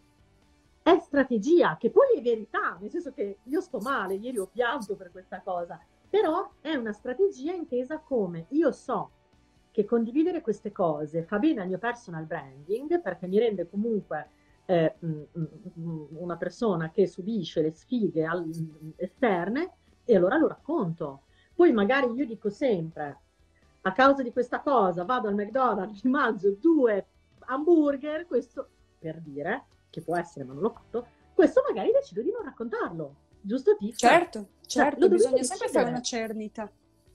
è strategia, che poi è verità, nel senso che io sto male, ieri ho pianto per questa cosa, però è una strategia intesa come io so che condividere queste cose fa bene al mio personal branding perché mi rende comunque eh, mh, mh, una persona che subisce le sfighe al- esterne e allora lo racconto. Poi magari io dico sempre, a causa di questa cosa vado al McDonald's, mi mangio due hamburger, questo per dire, che può essere ma non l'ho fatto, questo magari decido di non raccontarlo, giusto Tiff? certo, Cioè, lo certo, dovete bisogna sempre fare una decidere. cernita.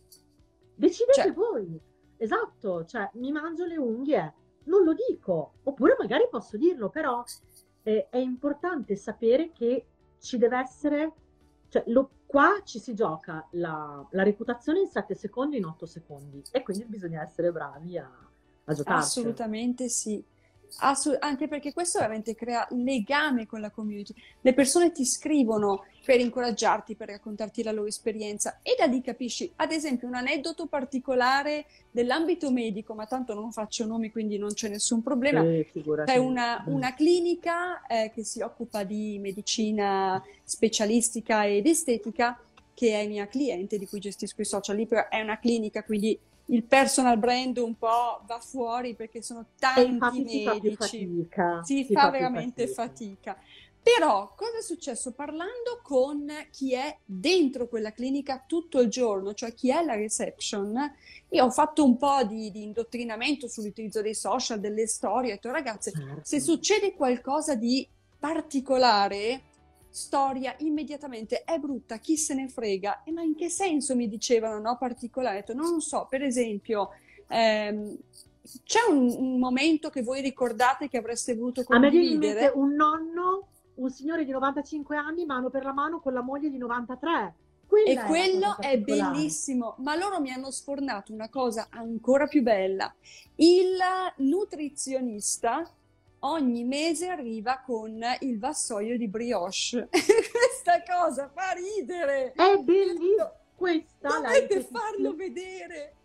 Decidete Cioè, voi. Esatto, cioè mi mangio le unghie, non lo dico, oppure magari posso dirlo, però eh, è importante sapere che ci deve essere, cioè lo- qua ci si gioca la, la reputazione in sette secondi, in otto secondi, e quindi bisogna essere bravi a, a giocarcela. assolutamente sì. Assu- anche perché questo veramente crea legame con la community. Le persone ti scrivono per incoraggiarti, per raccontarti la loro esperienza e da lì capisci, ad esempio, un aneddoto particolare dell'ambito medico, ma tanto non faccio nomi, quindi non c'è nessun problema. Sì, C'è figurati. una, Mm. una clinica eh, che si occupa di medicina specialistica ed estetica, che è mia cliente, di cui gestisco i social. Lì però è una clinica, quindi il personal brand un po' va fuori perché sono E tanti infatti si fa più medici, fatica, si si fa fa più veramente fatica. fatica. Però cosa è successo parlando con chi è dentro quella clinica tutto il giorno, cioè chi è la reception? Io ho fatto un po' di, di indottrinamento sull'utilizzo dei social, delle storie, ho detto ragazze, se Certo. succede qualcosa di particolare, storia immediatamente è brutta, chi se ne frega. E ma in che senso mi dicevano no particolare? Ho detto, non lo so, per esempio, ehm, c'è un, un momento che voi ricordate che avreste voluto A me viene in mente condividere? un nonno, un signore di novantacinque anni, mano per la mano con la moglie di novantatré. E Quella è la cosa quello è particolare. bellissimo, ma loro mi hanno sfornato una cosa ancora più bella. Il nutrizionista ogni mese arriva con il vassoio di brioche. Questa cosa fa ridere. È Io bellissima. dico, Questa, la dovete farlo ripetizione. vedere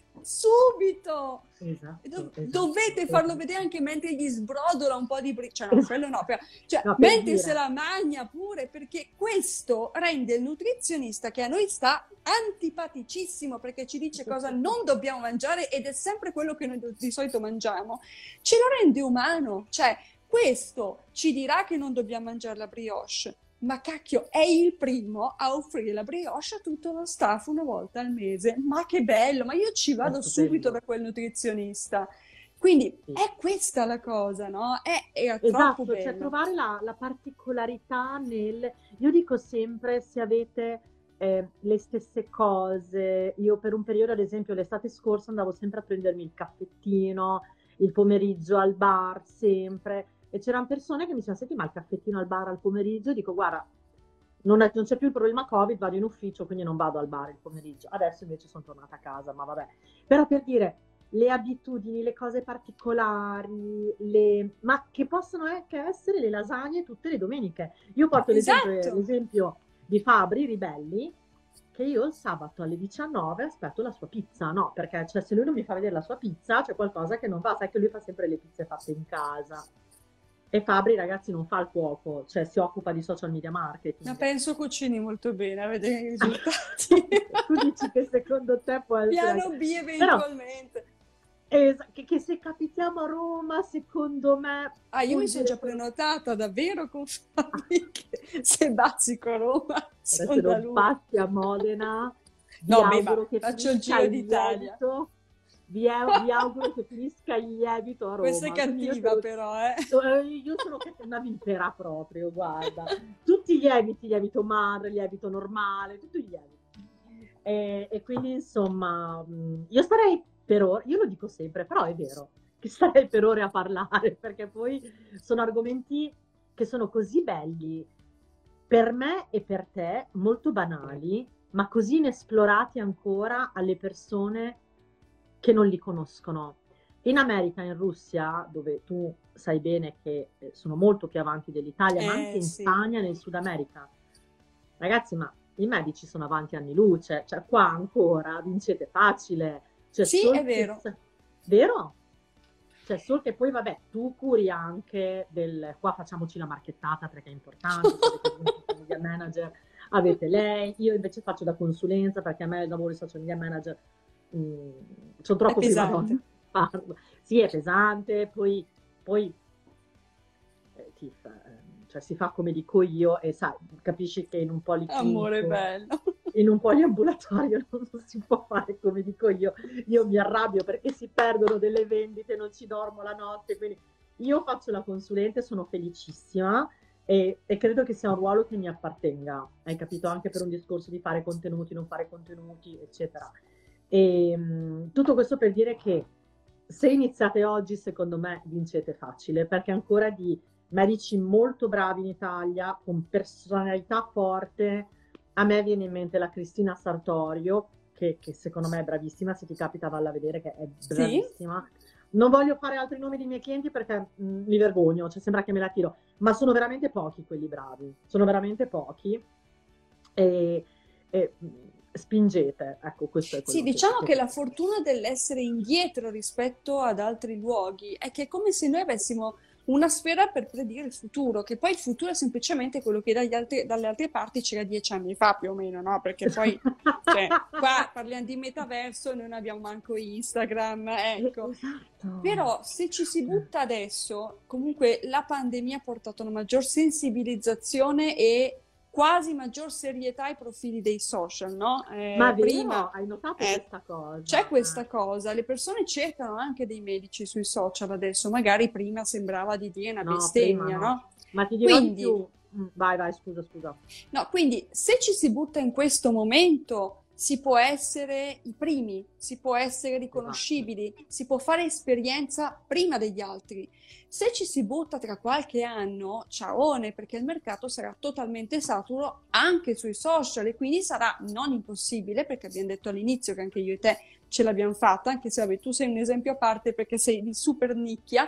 subito. Esatto, Dov- esatto, dovete farlo vedere esatto. anche mentre gli sbrodola un po' di brioche, cioè no, quello Esatto. no, però cioè, No, per mentre se dire. la magna pure, perché questo rende il nutrizionista che a noi sta antipaticissimo perché ci dice cosa non dobbiamo mangiare ed è sempre quello che noi di solito mangiamo, ce lo rende umano. Cioè, questo ci dirà che non dobbiamo mangiare la brioche, ma cacchio, è il primo a offrire la brioche a tutto lo staff una volta al mese. Ma che bello, ma io ci È vado subito stupendo. da quel nutrizionista. Quindi Sì. è questa la cosa, no? È, era troppo Esatto, cioè bello. trovare la, la particolarità nel... Io dico sempre, se avete eh, le stesse cose, io per un periodo, ad esempio, l'estate scorsa andavo sempre a prendermi il caffettino, il pomeriggio al bar, sempre, e c'erano persone che mi dicevano, senti, ma il caffettino al bar al pomeriggio? Dico, guarda, non, è- non c'è più il problema Covid, vado in ufficio, quindi non vado al bar il pomeriggio. Adesso invece sono tornata a casa, ma vabbè. Però per dire, le abitudini, le cose particolari, le... ma che possono anche essere le lasagne tutte le domeniche. Io porto l'esempio, Esatto. l'esempio di Fabri Ribelli, che io il sabato alle diciannove aspetto la sua pizza, no? Perché cioè, se lui non mi fa vedere la sua pizza, c'è qualcosa che non va, sai che lui fa sempre le pizze fatte in casa. E Fabri, ragazzi, non fa il cuoco, cioè si occupa di social media Ma marketing. penso cucini molto bene a vedere i risultati. Tu dici che secondo te può essere anche... Piano B Però eventualmente. es- che, che se capitiamo a Roma, secondo me, Ah, io mi sono pulire già quello... prenotata davvero con Ah, Fabi che se bazzico a Roma adesso sono da non lui. passi a Modena, vi No, beh, ma auguro che faccio il finisca giro il d'Italia. lievito, vi, au- vi auguro che finisca il lievito a Questa è Roma. Quindi io te cattiva lo... però, eh. eh, Io sono una vipera proprio, guarda. Tutti i lieviti, lievito madre, lievito normale, tutti i lieviti. E, e quindi insomma, mh, io starei per ore, io lo dico sempre, però è vero, che starei per ore a parlare, perché poi sono argomenti che sono così belli per me e per te, molto banali, ma così inesplorati ancora alle persone che non li conoscono. In America, in Russia, dove tu sai bene che eh, sono molto più avanti dell'Italia, ma anche Eh in sì, Spagna e nel Sud America, ragazzi, ma i medici sono avanti anni luce, cioè qua ancora vincete facile, c'è sì, è solo che... vero. Vero? C'è solo che poi, vabbè, tu curi anche del... Qua facciamoci la marchettata perché è importante, se avete un social media manager, avete lei, io invece faccio da consulenza perché a me il lavoro di social media manager mh, sono È troppo prima donna pesante. a farlo. Sì, è pesante, poi, poi eh, Tiff, eh, cioè si fa come dico io e sai, capisci che in un Amore policlinico, bello. in un poliambulatorio non si può fare come dico io. Io mi arrabbio perché si perdono delle vendite, non ci dormo la notte, quindi io faccio la consulente, sono felicissima e, e credo che sia un ruolo che mi appartenga, hai capito? Anche per un discorso di fare contenuti, non fare contenuti, eccetera. E mh, tutto questo per dire che se iniziate oggi, secondo me vincete facile, perché ancora di medici molto bravi in Italia, con personalità forte. A me viene in mente la Cristina Sartorio, che, che secondo me è bravissima, se ti capita valla a vedere che è Sì? bravissima. Non voglio fare altri nomi di miei clienti perché mh, mi vergogno, cioè sembra che me la tiro, ma sono veramente pochi quelli bravi, sono veramente pochi e, e mh, spingete, ecco, questo è Sì, quello che, diciamo che che la fortuna dell'essere indietro rispetto ad altri luoghi è che è come se noi avessimo una sfera per predire il futuro, che poi il futuro è semplicemente quello che dagli altri- dalle altre parti c'era dieci anni fa più o meno, no? Perché poi, cioè, qua parliamo di metaverso e noi non abbiamo manco Instagram, Eh, ecco. esatto. Però se ci si butta adesso, comunque la pandemia ha portato a una maggior sensibilizzazione e quasi maggior serietà ai profili dei social, no? Ma Eh, vero? prima Hai notato eh, questa c'è cosa? questa cosa, le persone cercano anche dei medici sui social adesso, magari prima sembrava di dire una No, prima bestemmia, no. no? Ma ti dirò di Quindi più. Mm, Vai, vai, scusa, scusa. No, quindi se ci si butta in questo momento si può essere i primi, si può essere Esatto. riconoscibili, si può fare esperienza prima degli altri. Se ci si butta tra qualche anno, ciaone, perché il mercato sarà totalmente saturo anche sui social e quindi sarà non impossibile, perché abbiamo detto all'inizio che anche io e te ce l'abbiamo fatta, anche se vabbè, tu sei un esempio a parte perché sei di super nicchia,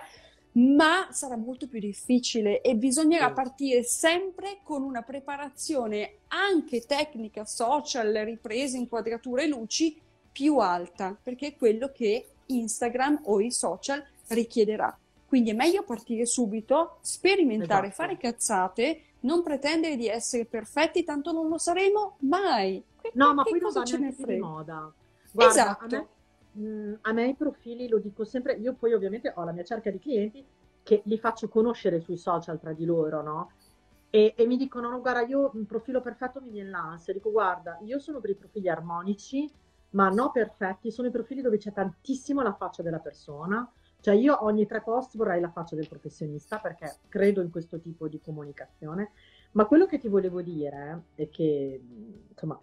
ma sarà molto più difficile e bisognerà Sì. partire sempre con una preparazione anche tecnica, social, riprese, inquadrature e luci più alta, perché è quello che Instagram o i social richiederà. Quindi è meglio partire subito, sperimentare, fare Esatto. cazzate, non pretendere di essere perfetti, tanto non lo saremo mai. Che, No, che- ma che poi non cosa va ce ne neanche più di frega? moda. Guarda, a me, Esatto. mh, a me i profili, lo dico sempre, io poi ovviamente ho la mia cerca di clienti che li faccio conoscere sui social tra di loro, no? E, e mi dicono, no, guarda, io un profilo perfetto mi viene l'ansia. Dico, guarda, io sono per i profili armonici, ma no perfetti, sono i profili dove c'è tantissimo la faccia della persona. Cioè io ogni tre post vorrei la faccia del professionista perché credo in questo tipo di comunicazione. Ma quello che ti volevo dire è che, insomma,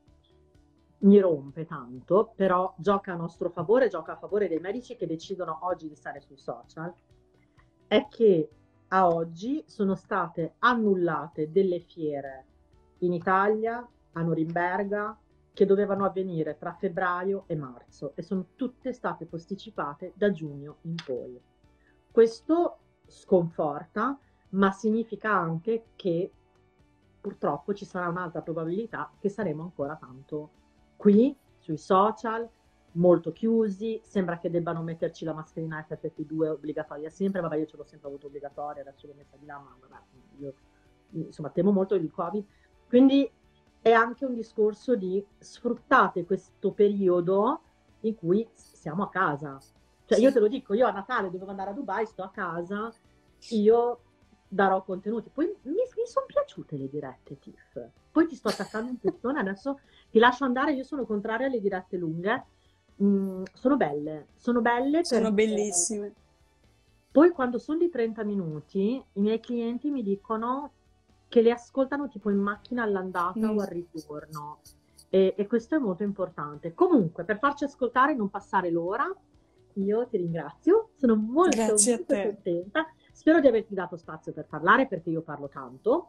mi rompe tanto, però gioca a nostro favore, gioca a favore dei medici che decidono oggi di stare sui social, è che a oggi sono state annullate delle fiere in Italia, a Norimberga, che dovevano avvenire tra febbraio e marzo e sono tutte state posticipate da giugno in poi. Questo sconforta, ma significa anche che purtroppo ci sarà un'alta probabilità che saremo ancora tanto qui sui social, molto chiusi, sembra che debbano metterci la mascherina F F P due obbligatoria sempre, vabbè io ce l'ho sempre avuto obbligatoria, adesso l'ho messa di là, ma vabbè, io insomma temo molto il Covid, quindi è anche un discorso di sfruttate questo periodo in cui siamo a casa. Cioè io te Sì. lo dico, io a Natale dovevo andare a Dubai, sto a casa, io darò contenuti. Poi mi, mi sono piaciute le dirette, Tiff. Poi ti sto attaccando in persona, adesso ti lascio andare, io sono contraria alle dirette lunghe. Mm, sono belle, sono belle Sono perché bellissime. poi quando sono di trenta minuti i miei clienti mi dicono che le ascoltano tipo in macchina all'andata o Mm. al ritorno E, e questo è molto importante. Comunque, per farci ascoltare e non passare l'ora, io ti ringrazio, sono molto, Grazie a molto te. contenta. Spero di averti dato spazio per parlare, perché io parlo tanto.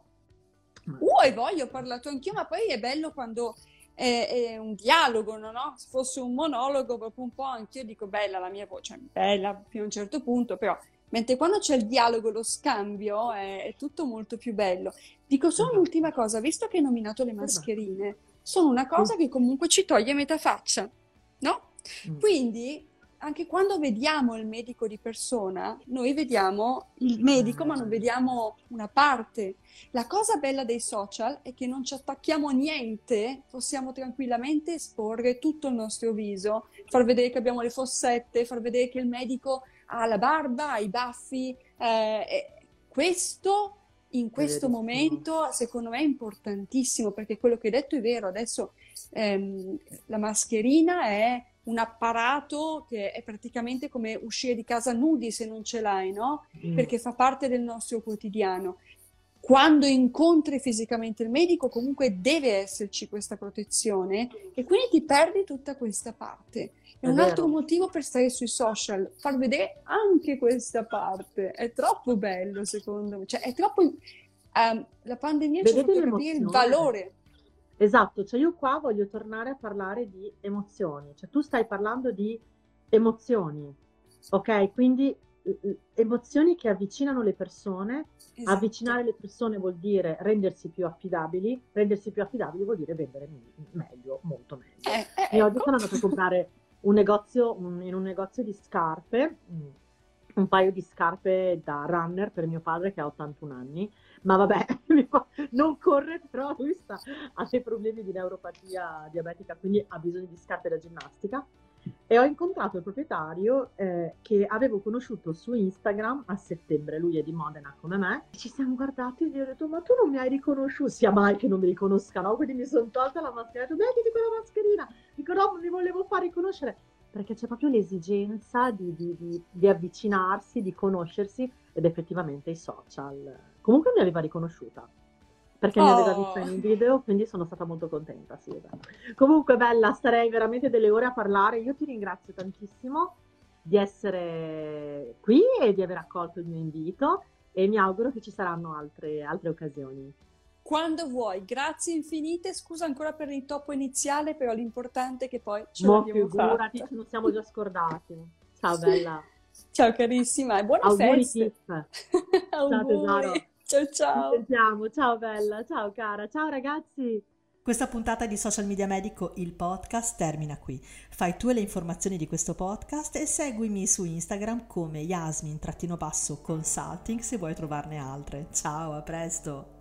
Ma Uh, e voglio, ho parlato anch'io, ma poi è bello quando è, è un dialogo, no? no? Se fosse un monologo, proprio un po' anch'io dico bella la mia voce, bella fino a un certo punto, però mentre quando c'è il dialogo, lo scambio, è, è tutto molto più bello. Dico solo esatto. un'ultima cosa, visto che hai nominato le Sì, vai. mascherine, sono una Sì. cosa che comunque ci toglie metà faccia, no? Mm. Quindi anche quando vediamo il medico di persona, noi vediamo il medico, ma non Eh, vediamo una parte. La cosa bella dei social è che non ci attacchiamo a niente, possiamo tranquillamente esporre tutto il nostro viso, far vedere che abbiamo le fossette, far vedere che il medico ha la barba, ha i baffi. Eh, e questo in è questo verissimo. momento secondo me è importantissimo, perché quello che hai detto è vero. Adesso ehm, la mascherina è un apparato che è praticamente come uscire di casa nudi se non ce l'hai, no? Mm. Perché fa parte del nostro quotidiano. Quando incontri fisicamente il medico, comunque deve esserci questa protezione e quindi ti perdi tutta questa parte. È È un altro vero. motivo per stare sui social, far vedere anche questa parte. È troppo bello, secondo me. Cioè, è troppo... ehm, la pandemia ci ha Vedete fatto capire il l'emozione? valore. Esatto, cioè io qua voglio tornare a parlare di emozioni, cioè tu stai parlando di emozioni, ok? Quindi eh, eh, emozioni che avvicinano le persone, Esatto. avvicinare le persone vuol dire rendersi più affidabili, rendersi più affidabili vuol dire vendere me- meglio, molto meglio. Eh, eh, E oggi ecco. sono andata a comprare un negozio, un- in un negozio di scarpe, mm, un paio di scarpe da runner per mio padre che ha ottantuno anni, ma vabbè, mi fa- non corre, però lui sta, ha dei problemi di neuropatia diabetica, quindi ha bisogno di scarpe da ginnastica. E ho incontrato il proprietario eh, che avevo conosciuto su Instagram a settembre, lui è di Modena come me, e ci siamo guardati e gli ho detto ma tu non mi hai riconosciuto? Sia mai che non mi riconosca, no? Quindi mi sono tolta la mascherina e ho detto mettiti quella mascherina, dico no, mi volevo far riconoscere, perché c'è proprio l'esigenza di, di, di, di avvicinarsi, di conoscersi ed effettivamente i social. Comunque mi aveva riconosciuta perché mi aveva vista Oh. in un video, quindi sono stata molto contenta. Sì, esatto. Comunque, Bella, starei veramente delle ore a parlare. Io ti ringrazio tantissimo di essere qui e di aver accolto il mio invito e mi auguro che ci saranno altre, altre occasioni. Quando vuoi, grazie infinite, scusa ancora per l'intoppo iniziale, però l'importante è che poi ce Mo' l'abbiamo figurati, fatta. ce ne siamo già scordati. Ciao, Bella. Ciao carissima e buone Auguri, feste. Tiff. Ciao, tesoro. Auguri. Ciao Ci ciao. sentiamo. Ciao, Bella. Ciao, cara. Ciao, ragazzi. Questa puntata di Social Media Medico, il podcast, termina qui. Fai tu le informazioni di questo podcast e seguimi su Instagram come Yasmin-consulting se vuoi trovarne altre. Ciao, a presto!